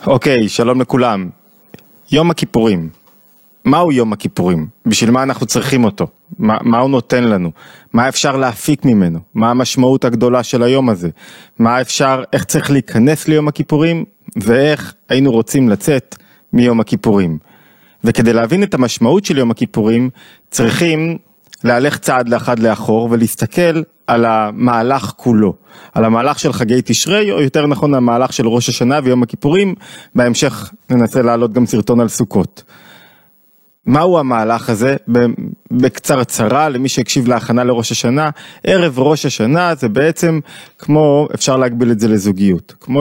אוקיי, שלום לכולם. יום הכיפורים. מהו יום הכיפורים? בשביל מה אנחנו צריכים אותו? מה הוא נותן לנו? מה אפשר להפיק ממנו? מה המשמעות הגדולה של היום הזה? איך צריך להיכנס ליום הכיפורים? ואיך היינו רוצים לצאת מיום הכיפורים? וכדי להבין את המשמעות של יום הכיפורים, צריכים להלך צעד לאחד לאחור ולהסתכל על המהלך כולו, על המהלך של חגי תשרי, או יותר נכון המהלך של ראש השנה ויום הכיפורים. בהמשך ננסה להעלות גם סרטון על סוכות. מהו המהלך הזה? בקצרצרה, למי שהקשיב להכנה לראש השנה, ערב ראש השנה זה בעצם כמו, אפשר להגביל את זה לזוגיות, כמו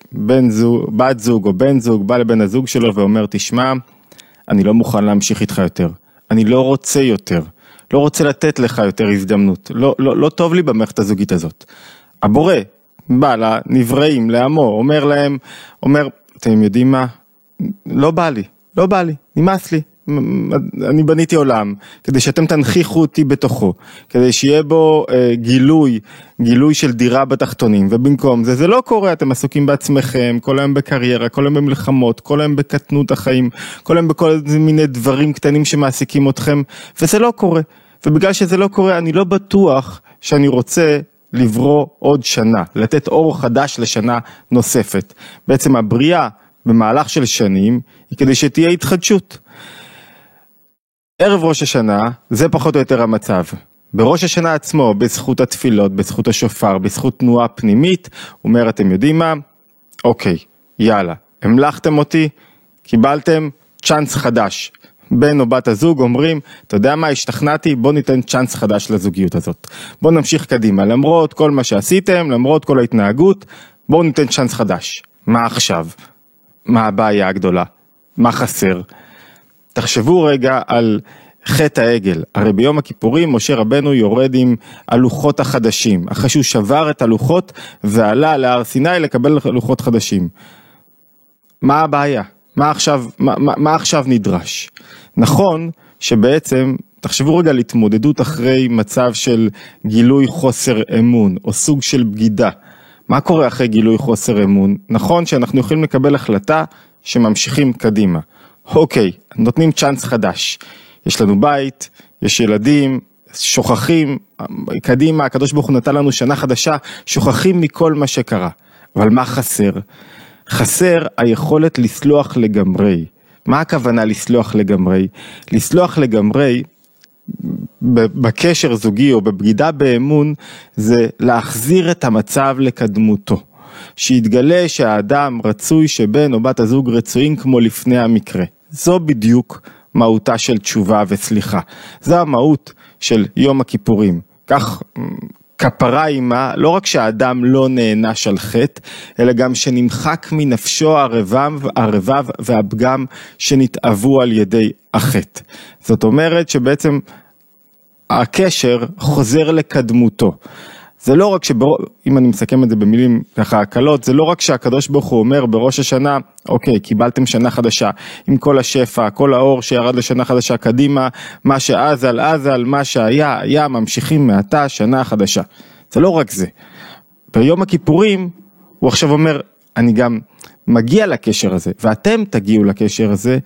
בת זוג או בן זוג בא לבן הזוג שלו ואומר, תשמע, אני לא מוכן להמשיך איתך יותר, אני לא רוצה יותר, לא רוצה לתת לך יותר הזדמנות, לא טוב לי במערכת הזוגית הזאת. הבורא בא לנבראים, לעמו, אומר, אתם יודעים מה? לא בא לי, נמאס לי. אני בניתי עולם, כדי שאתם תנכיחו אותי בתוכו, כדי שיהיה בו גילוי של דירה בתחתונים, ובמקום זה לא קורה, אתם עסוקים בעצמכם, כל היום בקריירה, כל היום במלחמות, כל היום בקטנות החיים, כל היום בכל מיני דברים קטנים שמעסיקים אתכם, וזה לא קורה, ובגלל שזה לא קורה, אני לא בטוח שאני רוצה לברוא עוד שנה, לתת אור חדש לשנה נוספת. בעצם הבריאה במהלך של שנים, היא כדי שתהיה התחדשות. ערב ראש השנה, זה פחות או יותר המצב. בראש השנה עצמו, בזכות התפילות, בזכות השופר, בזכות תנועה פנימית, אומר, אתם יודעים מה? אוקיי, יאללה, המלכתם אותי, קיבלתם צ'אנס חדש. בן או בת הזוג אומרים, אתה יודע מה, השתכנעתי, בוא ניתן צ'אנס חדש לזוגיות הזאת. בוא נמשיך קדימה, למרות כל מה שעשיתם, למרות כל ההתנהגות, בוא ניתן צ'אנס חדש. מה עכשיו? מה הבעיה הגדולה? מה חסר? תחשבו רגע על חטא העגל. הרי ביום הכיפורים משה רבנו יורד עם הלוחות החדשים. אחרי שהוא שבר את הלוחות ועלה להר סיני לקבל לוחות חדשים. מה הבעיה? מה עכשיו נדרש? נכון שבעצם, תחשבו רגע על התמודדות אחרי מצב של גילוי חוסר אמון או סוג של בגידה. מה קורה אחרי גילוי חוסר אמון? נכון שאנחנו יכולים לקבל החלטה שממשיכים קדימה. אוקיי, נותנים צ'אנס חדש. יש לנו בית, יש ילדים, שוכחים, קדימה, הקדוש ברוך הוא נתן לנו שנה חדשה, שוכחים מכל מה שקרה. אבל מה חסר? חסר היכולת לסלוח לגמרי. מה הכוונה לסלוח לגמרי? לסלוח לגמרי בקשר זוגי או בבגידה באמון, זה להחזיר את המצב לקדמותו. שיתגלה שהאדם רצוי שבן או בת הזוג רצויים כמו לפני המקרה. זו בדיוק מהותה של תשובה וסליחה. זו המהות של יום הכיפורים. כך כפרה עימה, לא רק שהאדם לא נענש על חטא, אלא גם שנמחק מנפשו הרבב והפגם שנתאבו על ידי החטא. זאת אומרת שבעצם הקשר חוזר לקדמותו. זה לא רק אם אני מסכם את זה במילים ככה הקלות, זה לא רק שהקדוש ברוך הוא אומר בראש השנה, אוקיי, קיבלתם שנה חדשה, עם כל השפע, כל האור שירד לשנה חדשה קדימה, מה שאזל, מה שהיה, ממשיכים מעתה שנה חדשה. זה לא רק זה. ביום הכיפורים, הוא עכשיו אומר, אני גם מגיע לקשר הזה, ואתם תגיעו לקשר הזה,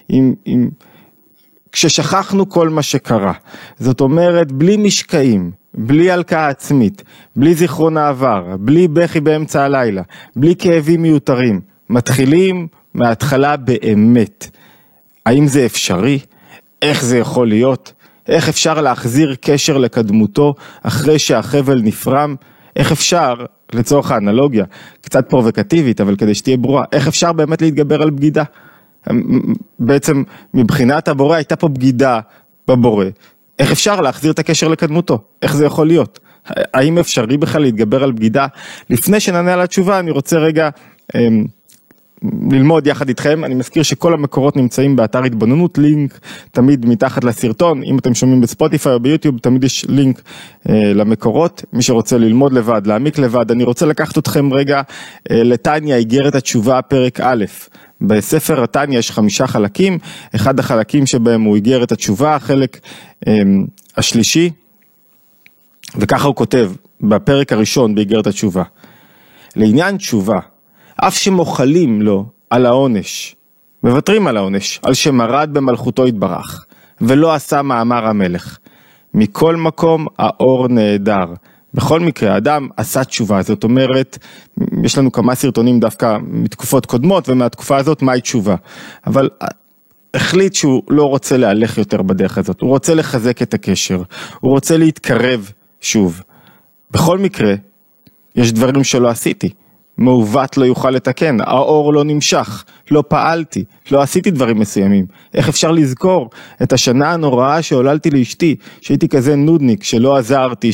כששכחנו כל מה שקרה. זאת אומרת, בלי משקעים, בלי הלקאה עצמית, בלי זיכרון העבר, בלי בכי באמצע הלילה, בלי כאבים מיותרים, מתחילים מההתחלה באמת. האם זה אפשרי? איך זה יכול להיות? איך אפשר להחזיר קשר לקדמותו אחרי שהחבל נפרם? איך אפשר, לצורך האנלוגיה, קצת פרובוקטיבית, אבל כדי שתהיה ברורה, איך אפשר באמת להתגבר על בגידה? בעצם מבחינת הבורא הייתה פה בגידה בבורא. איך אפשר להחזיר את הקשר לקדמותו? איך זה יכול להיות? האם אפשרי בכלל להתגבר על בגידה? לפני שנענה על התשובה, אני רוצה רגע ללמוד יחד איתכם. אני מזכיר שכל המקורות נמצאים באתר התבוננות, לינק תמיד מתחת לסרטון. אם אתם שומעים בספוטיפיי או ביוטיוב, תמיד יש לינק למקורות. מי שרוצה ללמוד לבד, להעמיק לבד, אני רוצה לקחת אתכם רגע לתניה, איגרת התשובה, פרק א'. בספר התניה יש 5 חלקים, אחד החלקים שבהם הוא איגרת התשובה, החלק השלישי, וככה הוא כותב בפרק הראשון באיגרת התשובה. לעניין תשובה, אף שמוחלים לו על העונש, מוותרים על העונש, על שמרד במלכותו יתברך, ולא עשה מאמר המלך. מכל מקום האור נהדר. בכל מקרה, האדם עשה תשובה, זאת אומרת, יש לנו כמה סרטונים דווקא מתקופות קודמות, ומהתקופה הזאת מהי תשובה. אבל החליט שהוא לא רוצה להלך יותר בדרך הזאת, הוא רוצה לחזק את הקשר, הוא רוצה להתקרב שוב. בכל מקרה, יש דברים שלא עשיתי. מעוות לא יוכל לתקן, האור לא נמשך, לא פעלתי, לא עשיתי דברים מסוימים. איך אפשר לזכור את השנה הנוראה שעוללתי לאשתי, שהייתי כזה נודניק, שלא עזרתי,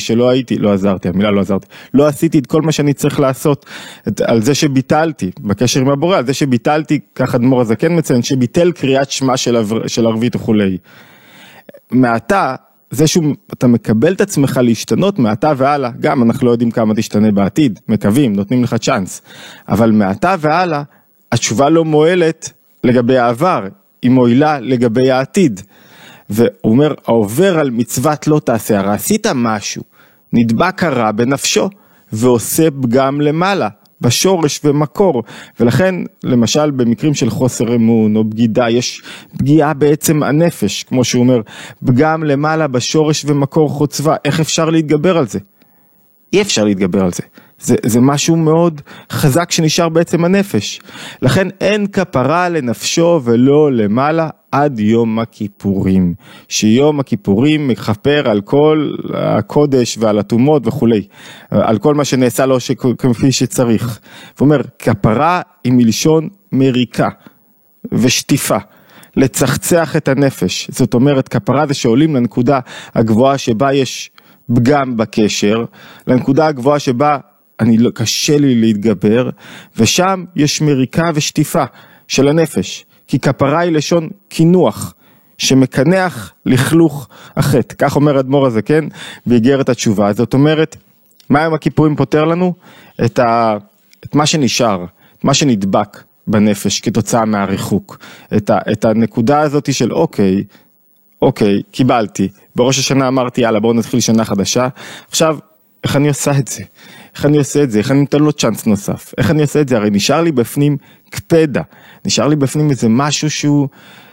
לא עשיתי את כל מה שאני צריך לעשות, על זה שביטלתי, בקשר עם הבורא, על זה שביטלתי, ככה אדמו"ר הזקן מציין, שביטל קריאת שמה של ערבית וכולי. מעתה, זה שאתה מקבל את עצמך להשתנות מעתה והלאה, גם אנחנו לא יודעים כמה תשתנה בעתיד, מקווים, נותנים לך צ'אנס, אבל מעתה והלאה, התשובה לא מועלת לגבי העבר, היא מועילה לגבי העתיד, והוא אומר, העובר על מצוות לא תעשה, הרי עשית משהו, נדבק הרע בנפשו, ועושה פגם למעלה, בשורש ומקור, ולכן למשל במקרים של חוסר אמון או בגידה, יש פגיעה בעצם הנפש, כמו שהוא אומר, פגם למעלה בשורש ומקור חוצבה, איך אפשר להתגבר על זה? אי אפשר להתגבר על זה, זה משהו מאוד חזק שנשאר בעצם הנפש, לכן אין כפרה לנפשו ולא למעלה עד יום הכיפורים, שיום הכיפורים מכפר על כל הקודש ועל התומות וכולי, על כל מה שנעשה לו כפי שצריך, ואומר כפרה היא מלשון מריקה ושטיפה, לצחצח את הנפש, זאת אומרת כפרה זה שעולים לנקודה הגבוהה שבה יש פגם בקשר, לנקודה הגבוהה שבה קשה לי להתגבר, ושם יש מריקה ושטיפה של הנפש, כי כפרה היא לשון כינוח, שמקנח לכלוך החטא, כך אומר אדמו"ר הזקן באיגרת התשובה, זאת אומרת, מה יום הכיפורים פותר לנו? את מה שנשאר, את מה שנדבק בנפש כתוצאה מהריחוק, את הנקודה הזאת של אוקיי, קיבלתי, בראש השנה אמרתי, יאללה, בואו נתחיל שנה חדשה, עכשיו, איך אני עושה את זה? איך אני נותן לו צ'אנס נוסף? איך אני עושה את זה? הרי נשאר לי בפנים קפדה, נשאר לי בפנים איזה משהו שהוא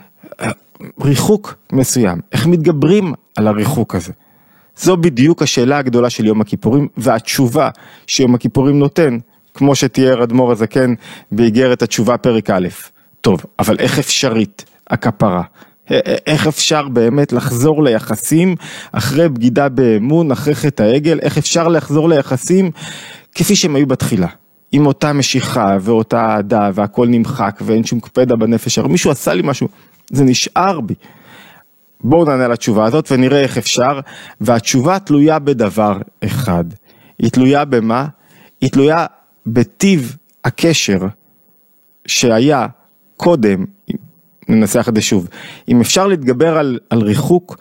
ריחוק מסוים. איך מתגברים על הריחוק הזה? זו בדיוק השאלה הגדולה של יום הכיפורים, והתשובה שיום הכיפורים נותן, כמו שתיאר אדמו"ר הזקן באיגרת התשובה פרק א'. טוב, אבל איך אפשרית הכפרה? איך אפשר באמת לחזור ליחסים אחרי בגידה באמון, אחרי חטא העגל, איך אפשר לחזור ליחסים כפי שהם היו בתחילה, עם אותה משיכה ואותה אהדה והכל נמחק ואין שום קפדה בנפש, מישהו עשה לי משהו, זה נשאר בי. בואו נענה לתשובה הזאת ונראה איך אפשר, והתשובה תלויה בדבר אחד, היא תלויה במה? היא תלויה בטיב הקשר שהיה קודם, ננסח את זה שוב, אם אפשר להתגבר על ריחוק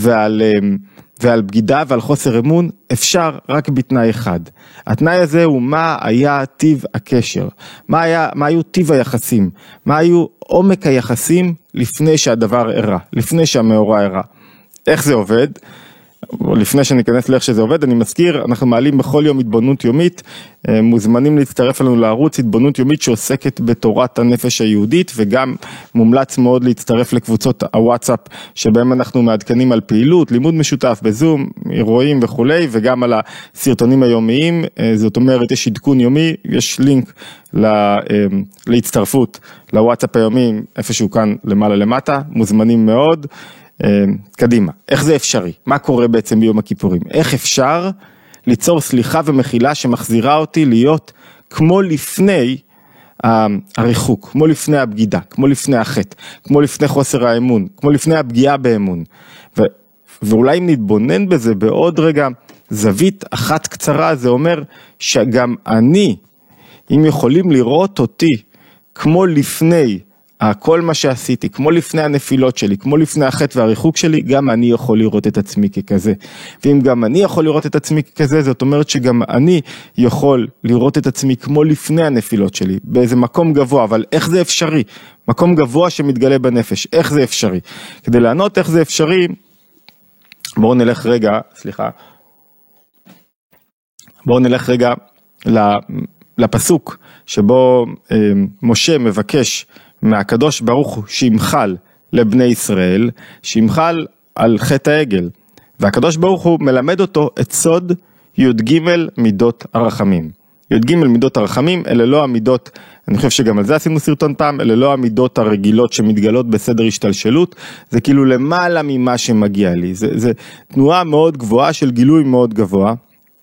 ועל בגידה ועל חוסר אמון, אפשר רק בתנאי אחד. התנאי הזה הוא מה היה טיב הקשר, מה היו טיב היחסים, מה היו עומק היחסים לפני שהדבר אירע, לפני שהמאורע אירע. איך זה עובד? לפני שניכנס לאיך שזה עובד, אני מזכיר, אנחנו מעלים בכל יום התבוננות יומית, מוזמנים להצטרף אלינו לערוץ התבוננות יומית שעוסקת בתורת הנפש היהודית, וגם מומלץ מאוד להצטרף לקבוצות הוואטסאפ, שבהם אנחנו מעדכנים על פעילות, לימוד משותף בזום, אירועים וכולי, וגם על הסרטונים היומיים, זאת אומרת יש עדכון יומי, יש לינק להצטרפות לוואטסאפ היומי, איפשהו כאן למעלה למטה, מוזמנים מאוד, קדימה, איך זה אפשרי? מה קורה בעצם ביום הכיפורים? איך אפשר ליצור סליחה ומחילה שמחזירה אותי להיות כמו לפני הריחוק, כמו לפני הבגידה, כמו לפני החטא, כמו לפני חוסר האמון, כמו לפני הפגיעה באמון. ואולי אם נתבונן בזה בעוד רגע, זווית אחת קצרה, זה אומר שגם אני, אם יכולים לראות אותי כמו לפני כל מה שעשיתי, כמו לפני הנפילות שלי, כמו לפני החטא והריחוק שלי, גם אני יכול לראות את עצמי ככזה. ואם גם אני יכול לראות את עצמי ככזה, זאת אומרת שגם אני יכול לראות את עצמי כמו לפני הנפילות שלי, באיזה מקום גבוה, אבל איך זה אפשרי? מקום גבוה שמתגלה בנפש, איך זה אפשרי? כדי לענות איך זה אפשרי, בואו נלך רגע לפסוק שבו משה מבקש מהקדוש ברוך הוא שימחל לבני ישראל, שימחל על חטא העגל, והקדוש ברוך הוא מלמד אותו את סוד י"ג מידות הרחמים. י"ג מידות הרחמים, אלה לא המידות, אני חושב שגם על זה עשינו סרטון פעם, אלה לא המידות הרגילות שמתגלות בסדר השתלשלות, זה כאילו למעלה ממה שמגיע לי, זה תנועה מאוד גבוהה של גילוי מאוד גבוה,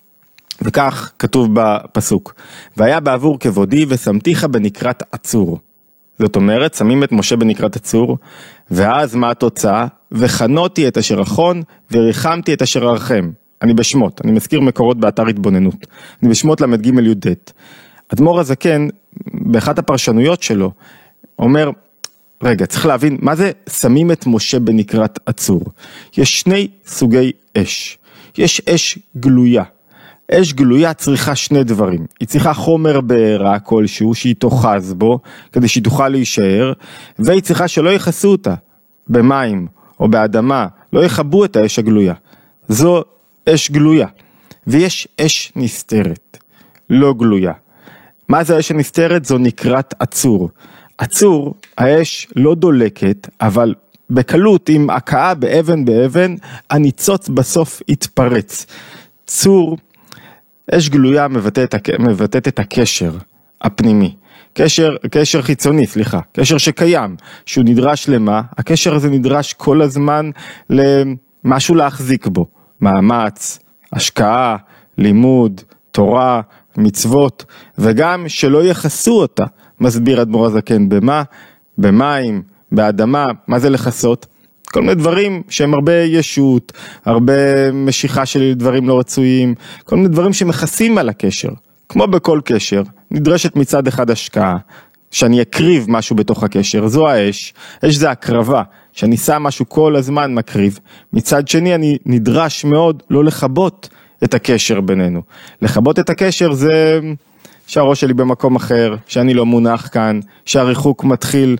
וכך כתוב בפסוק, והיה בעבור כבודי ושמתיך בנקרת עצור. זאת אומרת, שמים את משה בנקרת עצור, ואז מה התוצאה? וחנותי את אשר אחון, וריחמתי את אשר ארחם. אני בשמות, אני מזכיר מקורות באתר התבוננות. אני בשמות למד ג' י"ד. אדמו"ר הזקן, באחת הפרשנויות שלו, אומר, רגע, צריך להבין, מה זה שמים את משה בנקרת עצור? יש שני סוגי אש. יש אש גלויה. אש גלויה צריכה שני דברים. היא צריכה חומר בעירה כלשהו, שהיא תוחז בו, כדי שהיא תוכל להישאר, והיא צריכה שלא יכסו אותה במים או באדמה, לא יכבו את האש הגלויה. זו אש גלויה. ויש אש נסתרת, לא גלויה. מה זה האש הנסתרת? זו נקרת עצור. עצור, האש לא דולקת, אבל בקלות עם הכאה באבן, הניצוץ בסוף יתפרץ. צור, אש גלויה מבטאת את הקשר הפנימי. קשר חיצוני, קשר שקיים, שהוא נדרש למה? הקשר הזה נדרש כל הזמן למשהו להחזיק בו. מאמץ, השקעה, לימוד, תורה, מצוות, וגם שלא יחסו אותה, מסביר אדמו"ר הזקן, במה? במים, באדמה, מה זה לחסות? כל מיני דברים שהם הרבה ישות, הרבה משיכה של דברים לא רצויים, כל מיני דברים שמכסים על הקשר. כמו בכל קשר, נדרשת מצד אחד השקעה, שאני אקריב משהו בתוך הקשר, זו האש, אש זה הקרבה, שאני שם משהו כל הזמן מקריב, מצד שני אני נדרש מאוד לא לחבות את הקשר בינינו. לחבות את הקשר זה שהראש שלי במקום אחר, שאני לא מונח כאן, שהריחוק מתחיל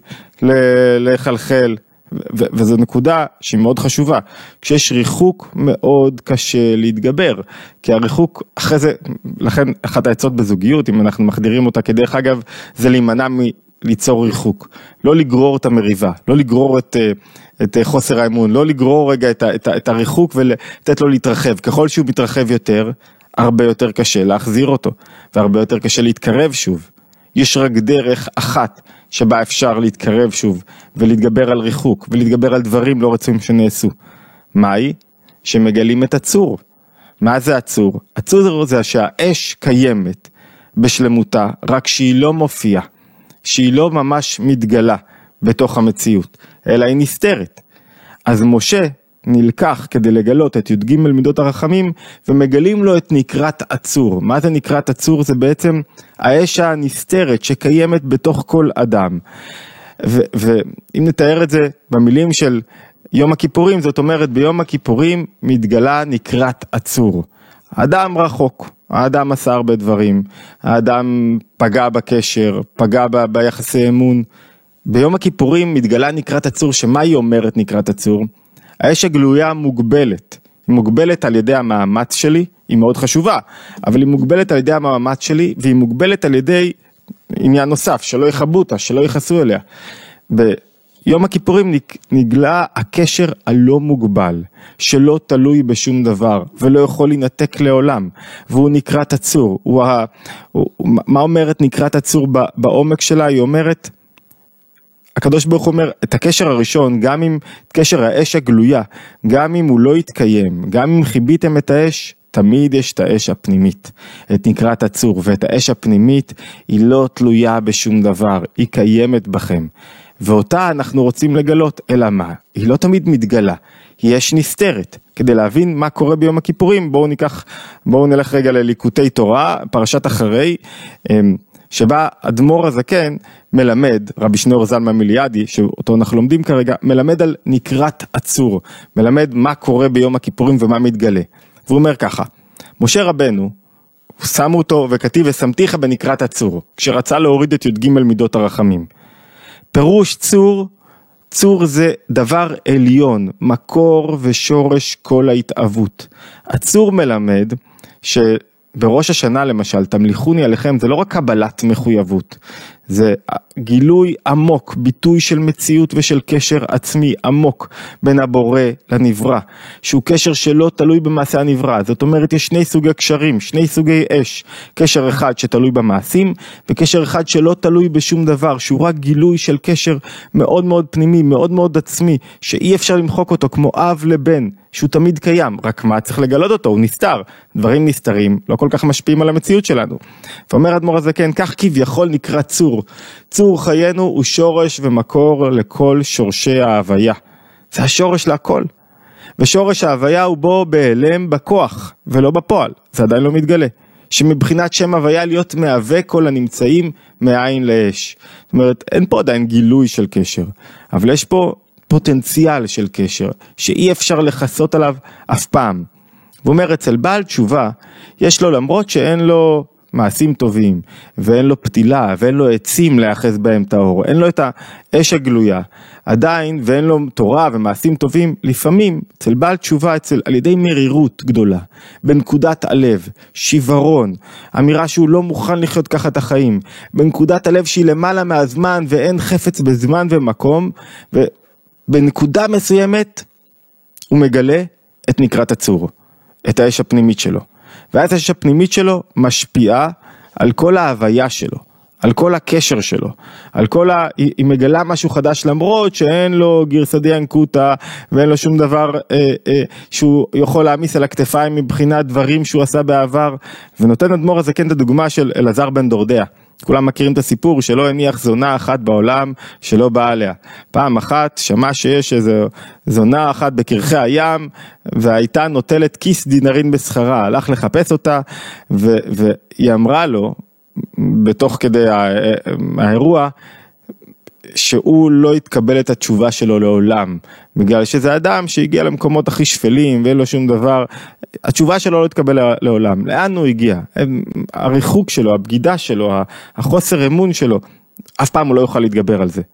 לחלחל, וזו נקודה שהיא מאוד חשובה. כשיש ריחוק מאוד קשה להתגבר, כי הריחוק אחרי זה, לכן אחת העצות בזוגיות, אם אנחנו מחדירים אותה כדרך אגב, זה להימנע מליצור ריחוק, לא לגרור את המריבה, לא לגרור את חוסר האמון, לא לגרור רגע את הריחוק ולתת לו להתרחב. ככל שהוא מתרחב יותר, הרבה יותר קשה להחזיר אותו, והרבה יותר קשה להתקרב שוב. יש רק דרך אחת שבה אפשר להתקרב שוב, ולהתגבר על ריחוק, ולהתגבר על דברים לא רצויים שנעשו. מהי? שמגלים את הצור. מה זה הצור? הצור זה שהאש קיימת בשלמותה, רק שהיא לא מופיעה, שהיא לא ממש מתגלה בתוך המציאות, אלא היא נסתרת. אז משה נלקח כדי לגלות את י"ג מידות הרחמים, ומגלים לו את נקרת עצור. מה זה נקרת עצור? זה בעצם האש הנסתרת שקיימת בתוך כל אדם. ואם נתאר את זה במילים של יום הכיפורים, זאת אומרת ביום הכיפורים מתגלה נקרת עצור. האדם רחוק, האדם עשה הרבה דברים, האדם פגע בקשר, פגע ביחסי אמון. ביום הכיפורים מתגלה נקרת עצור, שמה היא אומרת נקרת עצור? האש הגלויה מוגבלת, היא מוגבלת על ידי המאמץ שלי, היא מאוד חשובה, אבל היא מוגבלת על ידי המאמץ שלי, והיא מוגבלת על ידי עניין נוסף, שלא יחבו אותה, שלא יחסו אליה. ביום הכיפורים נגלה הקשר הלא מוגבל, שלא תלוי בשום דבר, ולא יכול לנתק לעולם, והוא נקרת עצור. מה אומרת נקרת עצור בעומק שלה? היא אומרת, הקדוש ברוך אומר, את הקשר הראשון, גם אם קשר האש הגלויה, גם אם הוא לא יתקיים, גם אם חיביתם את האש, תמיד יש את האש הפנימית, את נקרת עצור, ואת האש הפנימית היא לא תלויה בשום דבר, היא קיימת בכם, ואותה אנחנו רוצים לגלות, אלא מה? היא לא תמיד מתגלה, היא אש נסתרת. כדי להבין מה קורה ביום הכיפורים, בואו נלך רגע לליקוטי תורה, פרשת אחרי, שבה אדמו"ר הזקן מלמד, רבי שניאור זלמן מיליאדי, שאותו אנחנו לומדים כרגע, מלמד על נקרת עצור, מלמד מה קורה ביום הכיפורים ומה מתגלה. והוא אומר ככה, משה רבנו, שמו אותו וכתיב ושמתיך בנקרת עצור, כשרצה להוריד את י"ג מידות הרחמים. פירוש צור, צור זה דבר עליון, מקור ושורש כל ההתאבות. הצור מלמד בראש השנה למשל, תמליכוני עליכם, זה לא רק קבלת מחויבות, זה גילוי עמוק, ביטוי של מציאות ושל קשר עצמי עמוק בין הבורא לנברא, שהוא קשר שלא תלוי במעשה הנברא. זאת אומרת, יש שני סוגי קשרים, שני סוגי אש, קשר אחד שתלוי במעשים, וקשר אחד שלא תלוי בשום דבר, שהוא רק גילוי של קשר מאוד מאוד פנימי, מאוד מאוד עצמי, שאי אפשר למחוק אותו כמו אב לבן, שהוא תמיד קיים, רק מה צריך לגלות אותו, הוא נסתר, דברים נסתרים, לא כל כך משפיעים על המציאות שלנו. ואומר אדמו"ר הזקן, כך כביכול נקרא צור, צור חיינו הוא שורש ומקור לכל שורשי ההוויה, זה השורש להכל, ושורש ההוויה הוא בו בהלם בכוח, ולא בפועל, זה עדיין לא מתגלה, שמבחינת שם הוויה להיות מהווה כל הנמצאים מהעין לאש, זאת אומרת, אין פה עדיין גילוי של קשר, אבל יש פה פוטנציאל של קשר, שאי אפשר לחסות עליו אף פעם. הוא אומר, אצל בעל תשובה, יש לו למרות שאין לו מעשים טובים, ואין לו פתילה, ואין לו עצים להאחז בהם את האור, אין לו את האש הגלויה, עדיין, ואין לו תורה ומעשים טובים, לפעמים, אצל בעל תשובה, על ידי מרירות גדולה, בנקודת הלב, שיוורון, אמירה שהוא לא מוכן לחיות ככה את החיים, בנקודת הלב שהיא למעלה מהזמן, ואין חפץ בזמן ומקום, בנקודה מסוימת הוא מגלה את נקרת הצור, את האש הפנימית שלו. ואז האש הפנימית שלו משפיעה על כל ההוויה שלו, על כל הקשר שלו, היא מגלה משהו חדש למרות שאין לו גרסא ינקותא ואין לו שום דבר שהוא יכול להעמיס על הכתפיים מבחינת דברים שהוא עשה בעבר. ונותן אדמו"ר הזקן את הדוגמה של אלעזר בן דורדיה. כולם מכירים את הסיפור שלא הניח זונה אחת בעולם שלא באה עליה. פעם אחת שמע שיש איזו זונה אחת בקרחי הים, והייתה נוטלת כיס דינרין בשכרה, הלך לחפש אותה, והיא אמרה לו, בתוך כדי האירוע, שהוא לא יתקבל את התשובה שלו לעולם, בגלל שזה אדם שהגיע למקומות הכי שפלים ואין לו שום דבר, התשובה שלו לא יתקבל לעולם. לאן הוא הגיע? הריחוק שלו, הבגידה שלו, החוסר אמון שלו, אף פעם הוא לא יוכל להתגבר על זה.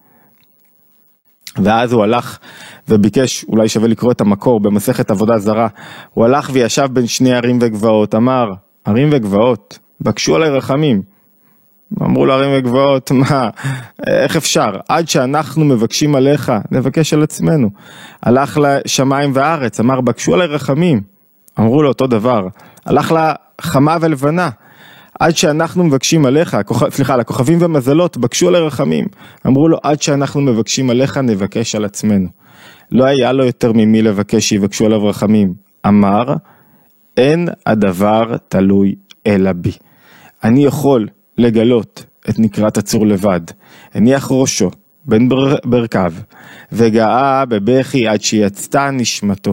ואז הוא הלך וביקש, אולי שווה לקרוא את המקור במסכת עבודה זרה, הוא הלך וישב בין שני ערים וגבעות, אמר, ערים וגבעות, בקשו עליי רחמים. אמרו לערים וגבעות, מה, איך אפשר? עד שאנחנו מבקשים עליך, נבקש על עצמנו. הלך לשמיים וארץ, אמר, בקשו עליי רחמים. אמרו לו אותו דבר. הלך לחמה ולבנה, עד שאנחנו מבקשים עליך, לכוכבים ומזלות, בקשו עליי רחמים. אמרו לו, עד שאנחנו מבקשים עליך, נבקש על עצמנו. לא היה לו יותר ממי לבקש שיבקשו עליו רחמים. אמר, אין הדבר תלוי אלא בי. אני יכול לגלות את נקרת הצור לבד, הניח ראשו בין ברכיו, וגאה בבכי עד שיצתה נשמתו.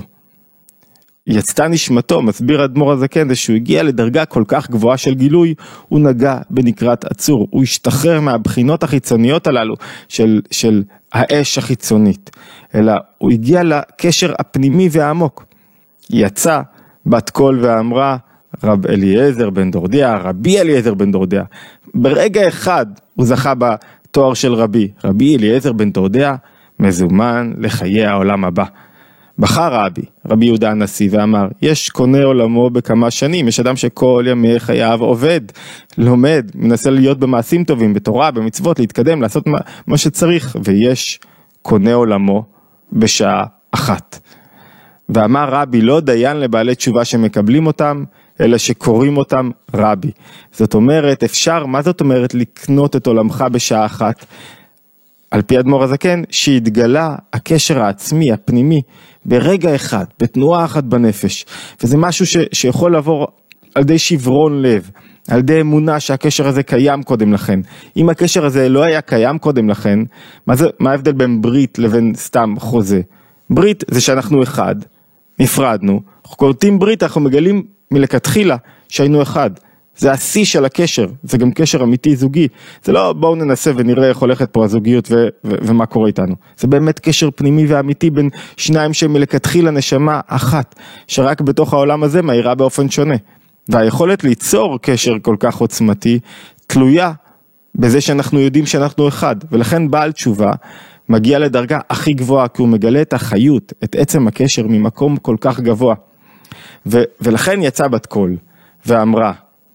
יצתה נשמתו, מסביר אדמו"ר הזקן, זה שהוא הגיע לדרגה כל כך גבוהה של גילוי, הוא נגע בנקרת הצור, הוא השתחרר מהבחינות החיצוניות הללו של האש החיצונית, אלא הוא הגיע לקשר הפנימי והעמוק. יצא בת קול ואמרה, רב אליעזר בן דורדיה, רבי אליעזר בן דורדיה. ברגע אחד הוא זכה בתואר של רבי אליעזר בן דורדיה, מזומן לחיי העולם הבא. בחר רבי יהודה הנשיא ואמר, יש קונה עולמו בכמה שנים, יש אדם שכל ימי חייו עובד, לומד, מנסה להיות במעשים טובים, בתורה, במצוות, להתקדם, לעשות מה שצריך, ויש קונה עולמו בשעה אחת. ואמר רבי, לא דיין לבעלי תשובה שמקבלים אותם, אלא שקוראים אותם רבי. זאת אומרת, אפשר, מה זאת אומרת לקנות את עולמך בשעה אחת? על פי אדמו"ר הזקן, שהתגלה הקשר העצמי, הפנימי, ברגע אחד, בתנועה אחת בנפש. וזה משהו שיכול לעבור על ידי שברון לב, על ידי אמונה שהקשר הזה קיים קודם לכן. אם הקשר הזה לא היה קיים קודם לכן, מה ההבדל בין ברית לבין סתם חוזה? ברית זה שאנחנו אחד, נפרדנו, אנחנו קולטים ברית, אנחנו מגלים מלכתחילה שהיינו אחד. זה השיא של הקשר, זה גם קשר אמיתי זוגי. זה לא בואו ננסה ונראה איך הולכת פה הזוגיות ומה קורה איתנו. זה באמת קשר פנימי ואמיתי בין שניים שמלכתחילה נשמה אחת, שרק בתוך העולם הזה מהירה באופן שונה. והיכולת ליצור קשר כל כך עוצמתי תלויה בזה שאנחנו יודעים שאנחנו אחד. ולכן בעל תשובה מגיע לדרגה הכי גבוהה, כי הוא מגלה את החיות, את עצם הקשר ממקום כל כך גבוה. ולכן יצא בת קול ואמרה,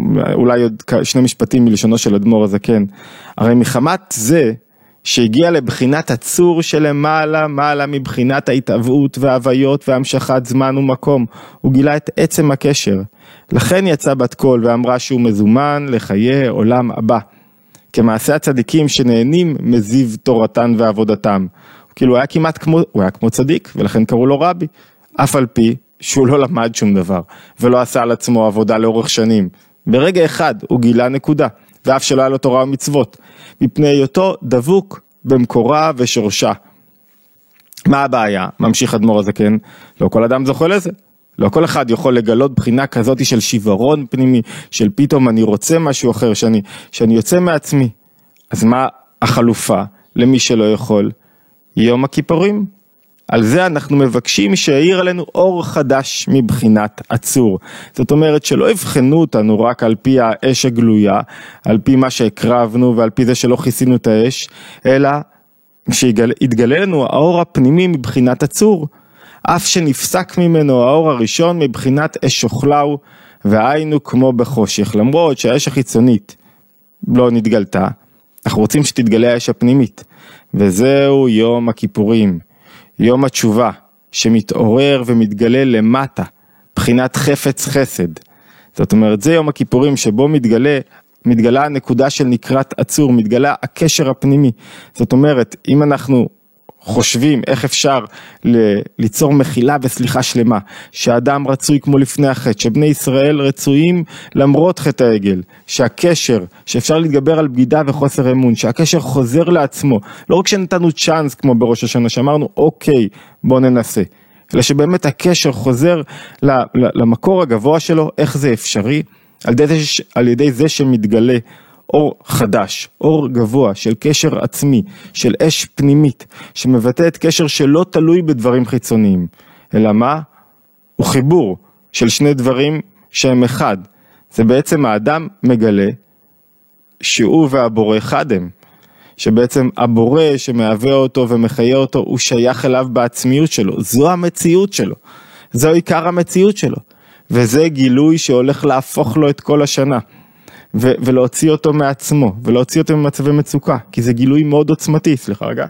אולי עוד שני משפטים מלשונו של אדמו"ר הזקן, הרי מחמת זה שהגיע לבחינת הצור שלמעלה, מעלה מבחינת ההתאבות וההוויות והמשכת זמן ומקום, הוא גילה את עצם הקשר, לכן יצא בת קול ואמרה שהוא מזומן לחיי עולם הבא, כמעשה הצדיקים שנהנים מזיו תורתן ועבודתם, כאילו הוא היה כמעט כמו צדיק, ולכן קראו לו רבי, אף על פי שהוא לא למד שום דבר, ולא עשה על עצמו עבודה לאורך שנים, ברגע אחד הוא גילה נקודה, ואף שלא היה לו תורה ומצוות, מפני היותו דבוק במקורה ושורשה. מה הבעיה? ממשיך אדמו"ר הזקן, לא כל אדם זוכה לזה, לא כל אחד יכול לגלות בחינה כזאת של שיוורון פנימי, של פתאום אני רוצה משהו אחר, שאני יוצא מעצמי. אז מה החלופה למי שלא יכול? יום הכיפורים. על זה אנחנו מבקשים שיעיר עלינו אור חדש מבחינת הצור. זאת אומרת שלא יבחנו אותנו רק על פי האש הגלויה, על פי מה שהקרבנו ועל פי זה שלא כיסינו את האש, אלא שיתגלה לנו האור הפנימי מבחינת הצור. אף שנפסק ממנו האור הראשון מבחינת אש אוכלהו, והיינו כמו בחושך. למרות שהאש החיצונית לא נתגלתה, אנחנו רוצים שתתגלה האש הפנימית. וזהו יום הכיפורים. יום התשובה שמתעורר ומתגלה למטה, בחינת חפץ חסד. זאת אומרת, זה יום הכיפורים שבו מתגלה הנקודה של נקרת עצור, מתגלה הקשר הפנימי. זאת אומרת, אם אנחנו חושבים איך אפשר ליצור מחילה וסליחה שלמה, שהאדם רצוי כמו לפני החטא, שבני ישראל רצויים למרות חטא העגל, שהקשר, שאפשר להתגבר על בגידה וחוסר אמון, שהקשר חוזר לעצמו, לא רק שנתנו צ'אנס כמו בראש השנה, שאמרנו אוקיי בוא ננסה, אלא שבאמת הקשר חוזר למקור הגבוה שלו. איך זה אפשרי? על ידי זה שמתגלה אור חדש, אור גבוה של קשר עצמי, של אש פנימית, שמבטא את קשר שלא תלוי בדברים חיצוניים, אלא מה? הוא חיבור של שני דברים שהם אחד. זה בעצם האדם מגלה שהוא והבורא אחד הם, שבעצם הבורא שמהווה אותו ומחיה אותו, הוא שייך אליו בעצמיות שלו, זו המציאות שלו, זו עיקר המציאות שלו, וזה גילוי שהולך להפוך לו את כל השנה. ולהוציא אותו מעצמו, ולהוציא אותו ממצבי מצוקה, כי זה גילוי מאוד עוצמתי, סליחה רגע.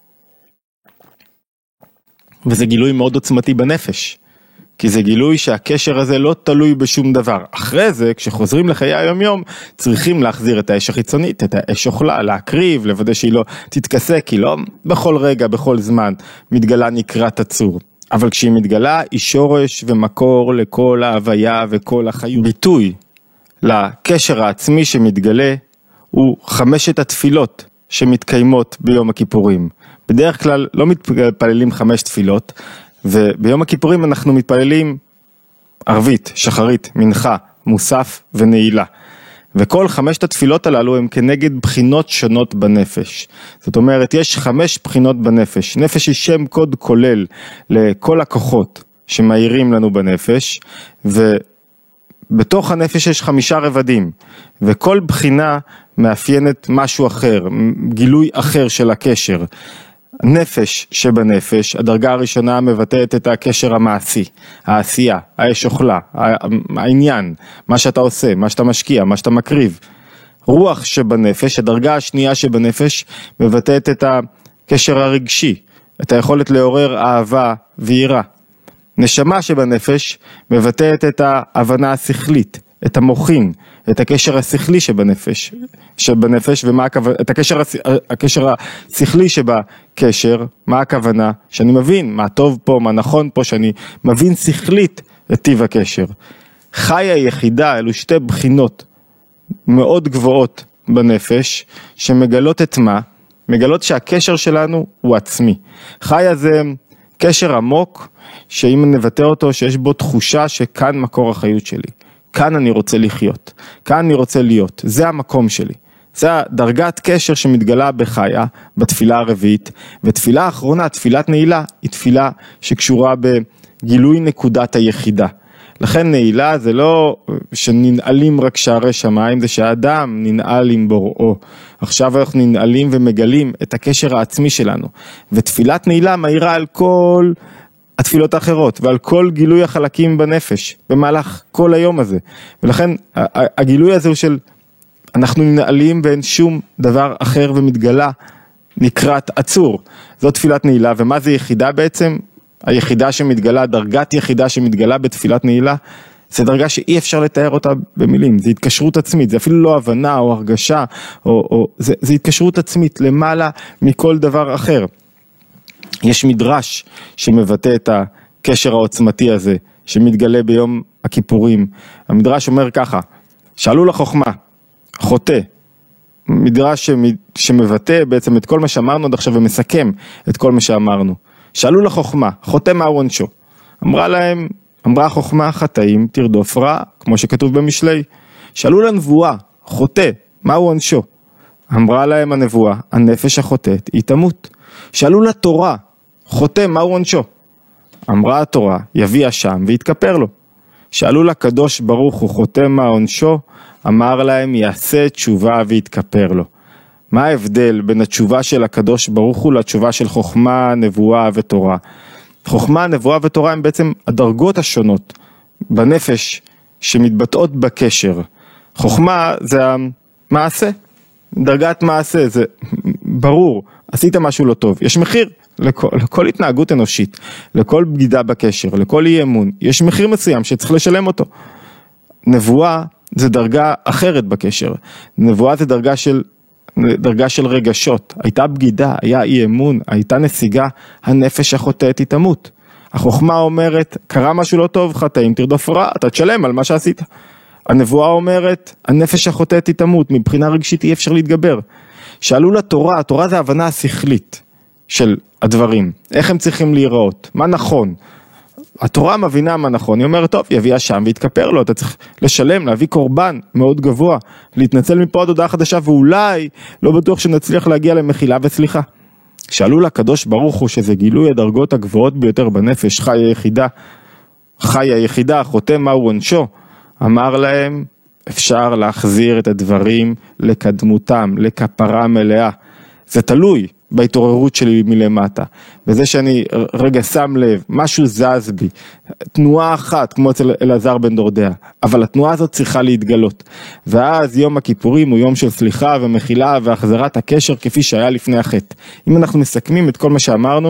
וזה גילוי מאוד עוצמתי בנפש, כי זה גילוי שהקשר הזה לא תלוי בשום דבר. אחרי זה, כשחוזרים לחיי היום יום, צריכים להחזיר את האש החיצונית, את האש אוכלה, להקריב, לוודא שהיא לא תתכסה, כי לא בכל רגע, בכל זמן, מתגלה נקרת הצור. אבל כשהיא מתגלה, היא שורש ומקור לכל ההוויה וכל החיות. ביטוי לקשר העצמי שמתגלה הוא 5 התפילות שמתקיימות ביום הכיפורים. בדרך כלל לא מתפללים 5 תפילות, וביום הכיפורים אנחנו מתפללים ערבית, שחרית, מנחה, מוסף ונעילה. וכל 5 התפילות הללו הם כנגד בחינות שונות בנפש. זאת אומרת, יש 5 בחינות בנפש. נפש היא שם קוד כולל לכל הכוחות שמאירים לנו בנפש, בתוך הנפש יש 5 רבדים, וכל בחינה מאפיינת משהו אחר, גילוי אחר של הקשר. נפש שבנפש, הדרגה הראשונה מבטאת את הקשר המעשי, העשייה, האש אוכלה, העניין, מה שאתה עושה, מה שאתה משקיע, מה שאתה מקריב. רוח שבנפש, הדרגה השנייה שבנפש, מבטאת את הקשר הרגשי, את היכולת לעורר אהבה ויראה. נשמה שבנפש מבטאת את ההבנה השכלית, את המוחין, את הקשר השכלי שבנפש, ומה הכוונה, את הקשר השכלי שבקשר, מה הכוונה? שאני מבין מה טוב פה, מה נכון פה, שאני מבין שכלית את טיב הקשר. חיה יחידה, אלו 2 בחינות מאוד גבוהות בנפש, שמגלות את מה? מגלות שהקשר שלנו הוא עצמי. חיה זה קשר עמוק, שאם נבטא אותו, שיש בו תחושה שכאן מקור החיות שלי. כאן אני רוצה לחיות. כאן אני רוצה להיות. זה המקום שלי. זה דרגת קשר שמתגלה בחיה, בתפילה הרביעית. ותפילה האחרונה, תפילת נעילה, היא תפילה שקשורה בגילוי נקודת היחידה. לכן נעילה זה לא שננעלים רק שערי שמיים, זה שהאדם ננעל עם בוראו. עכשיו אנחנו ננעלים ומגלים את הקשר העצמי שלנו. ותפילת נעילה מאירה על כל התפילות האחרות ועל כל גילוי החלקים בנפש במהלך כל היום הזה. ולכן הגילוי הזה הוא של אנחנו ננעלים ואין שום דבר אחר ומתגלה נקראת עצור. זאת תפילת נעילה. ומה זה יחידה בעצם? היחידה שמתגלה, דרגת יחידה שמתגלה בתפילת נעילה, זה דרגה שאי אפשר לתאר אותה במילים, זה התקשרות עצמית, זה אפילו לא הבנה או הרגשה, זה התקשרות עצמית למעלה מכל דבר אחר. יש מדרש שמבטא את הקשר העוצמתי הזה, שמתגלה ביום הכיפורים. המדרש אומר ככה, שאלו לחוכמה, חוטא, מדרש שמבטא בעצם את כל מה שאמרנו עד עכשיו ומסכם את כל מה שאמרנו. שאלו לחוכמה, חוטא מהו עונשו? אמרה החוכמה, חטאים תרדוף רע, כמו שכתוב במשלי. שאלו לנבואה, חוטא, מהו עונשו? אמרה להם הנבואה, הנפש החוטאת היא תמות. שאלו לתורה, חוטא, מהו עונשו? אמרה התורה, יביא אשם ויתכפר לו. שאלו לקדוש ברוך הוא, חוטא מה עונשו? אמר להם, יעשה תשובה ויתכפר לו. מה ההבדל בין התשובה של הקדוש ברוך הוא לתשובה של חוכמה, נבואה ותורה? חוכמה, נבואה ותורה הם בעצם הדרגות השונות בנפש שמתבטאות בקשר. חוכמה זה המעשה, דרגת מעשה, זה ברור, עשית משהו לא טוב, יש מחיר לכל התנהגות אנושית, לכל בגידה בקשר, לכל אי אמון, יש מחיר מסוים שצריך לשלם אותו. נבואה זה דרגה אחרת בקשר, נבואה זה דרגה של רגשות, הייתה בגידה, היה אי אמון, הייתה נסיגה, הנפש החוטאת היא תמות. החוכמה אומרת, קרה משהו לא טוב, חטאים תרדוף רע, אתה תשלם על מה שעשית. הנבואה אומרת, הנפש החוטאת היא תמות, מבחינה רגשית אי אפשר להתגבר. שאלו לתורה, התורה זה ההבנה השכלית של הדברים, איך הם צריכים להיראות, מה נכון. התורה מבינה מה נכון, היא אומרת, טוב, יביא אשם ויתכפר לו, אתה צריך לשלם, להביא קורבן מאוד גבוה, להתנצל מפה עד הודעה חדשה, ואולי לא בטוח שנצליח להגיע למחילה וסליחה. שאלו לקדוש ברוך הוא שזה גילוי הדרגות הגבוהות ביותר בנפש, חי היחידה, חוטא מהו עונשו, אמר להם, אפשר להחזיר את הדברים לקדמותם, לכפרה מלאה. זה תלוי בהתעוררות שלי מלמטה, בזה שאני רגע שם לב, משהו זז בי, תנועה אחת כמו אצל אלעזר בן דורדיה, אבל התנועה הזאת צריכה להתגלות, ואז יום הכיפורים הוא יום של סליחה ומחילה והחזרת הקשר כפי שהיה לפני החטא. אם אנחנו מסכמים את כל מה שאמרנו,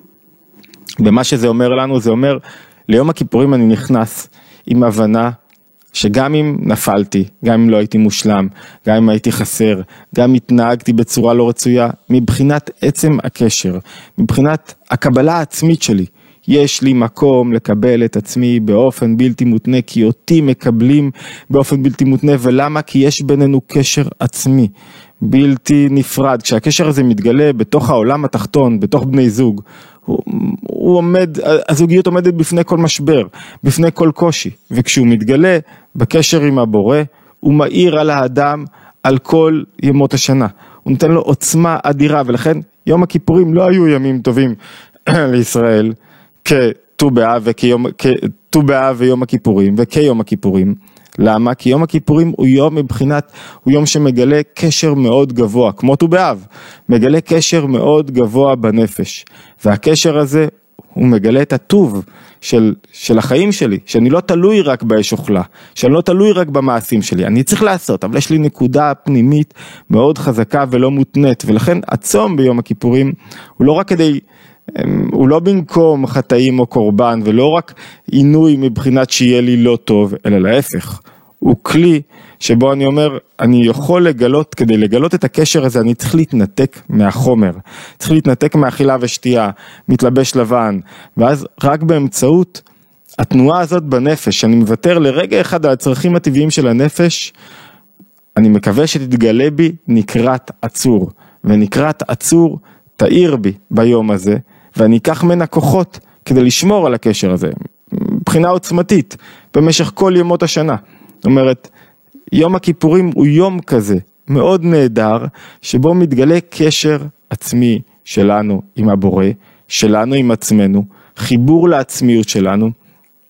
במה שזה אומר לנו, זה אומר, ליום הכיפורים אני נכנס עם הבנה, שגם אם נפלתי, גם אם לא הייתי מושלם, גם אם הייתי חסר, גם אם התנהגתי בצורה לא רצויה, מבחינת עצם הקשר, מבחינת הקבלה העצמית שלי, יש לי מקום לקבל את עצמי באופן בלתי מותנה, כי אותי מקבלים באופן בלתי מותנה, ולמה? כי יש בינינו קשר עצמי, בלתי נפרד. כשהקשר הזה מתגלה בתוך העולם התחתון, בתוך בני זוג, הזוגיות עומדת בפני כל משבר, בפני כל קושי, וכשהוא מתגלה בקשר עם הבורא, הוא מאיר על האדם על כל ימות השנה, הוא נותן לו עוצמה אדירה, ולכן יום הכיפורים לא היו ימים טובים לישראל, כט"ו באב ויום הכיפורים, וכיום הכיפורים. למה? כי יום הכיפורים הוא יום מבחינת, הוא יום שמגלה קשר מאוד גבוה, כמו ט"ו באב, מגלה קשר מאוד גבוה בנפש, והקשר הזה הוא מגלה את הטוב של החיים שלי, שאני לא תלוי רק באש אוכלה, שאני לא תלוי רק במעשים שלי, אני צריך לעשות, אבל יש לי נקודה פנימית מאוד חזקה ולא מותנית, ולכן הצום ביום הכיפורים הוא לא רק כדי, הוא לא במקום חטאים או קורבן, ולא רק עינוי מבחינת שיהיה לי לא טוב, אלא להפך. הוא כלי שבו אני אומר, אני יכול לגלות, כדי לגלות את הקשר הזה, אני צריך להתנתק מהחומר, צריך להתנתק מאכילה ושתייה, מתלבש לבן, ואז רק באמצעות התנועה הזאת בנפש, שאני מוותר לרגע אחד על הצרכים הטבעיים של הנפש, אני מקווה שתתגלה בי נקרת עצור, ונקרת עצור תאיר בי ביום הזה, ואני אקח מן הכוחות כדי לשמור על הקשר הזה, מבחינה עוצמתית, במשך כל ימות השנה. זאת אומרת, יום הכיפורים הוא יום כזה, מאוד נהדר, שבו מתגלה קשר עצמי שלנו עם הבורא, שלנו עם עצמנו, חיבור לעצמיות שלנו,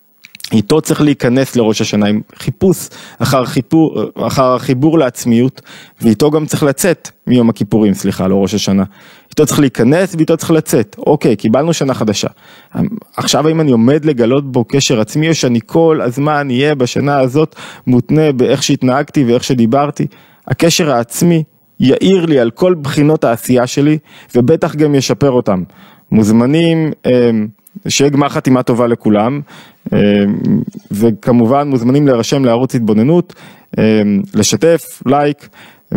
איתו צריך להיכנס לראש השנה עם חיפוש אחר החיבור לעצמיות, ואיתו גם צריך לצאת מיום הכיפורים, סליחה, לא ראש השנה. איתו צריך להיכנס ואיתו צריך לצאת. אוקיי, קיבלנו שנה חדשה. עכשיו אם אני עומד לגלות בו קשר עצמי, או שאני כל הזמן יהיה בשנה הזאת מותנה באיך שהתנהגתי ואיך שדיברתי, הקשר העצמי יאיר לי על כל בחינות העשייה שלי, ובטח גם ישפר אותם. מוזמנים, שיהיה גמר חתימה טובה לכולם, וכמובן מוזמנים להירשם לערוץ התבוננות, לשתף, לייק,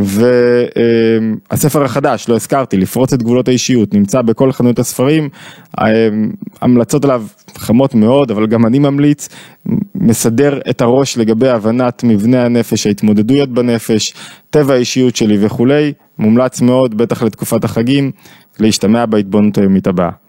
והספר החדש, לא הזכרתי, לפרוץ את גבולות האישיות, נמצא בכל חנויות הספרים, המלצות עליו חמות מאוד, אבל גם אני ממליץ, מסדר את הראש לגבי הבנת מבנה הנפש, ההתמודדויות בנפש, טבע האישיות שלי וכולי, מומלץ מאוד, בטח לתקופת החגים, להשתמע בהתבוננות היומית הבאה.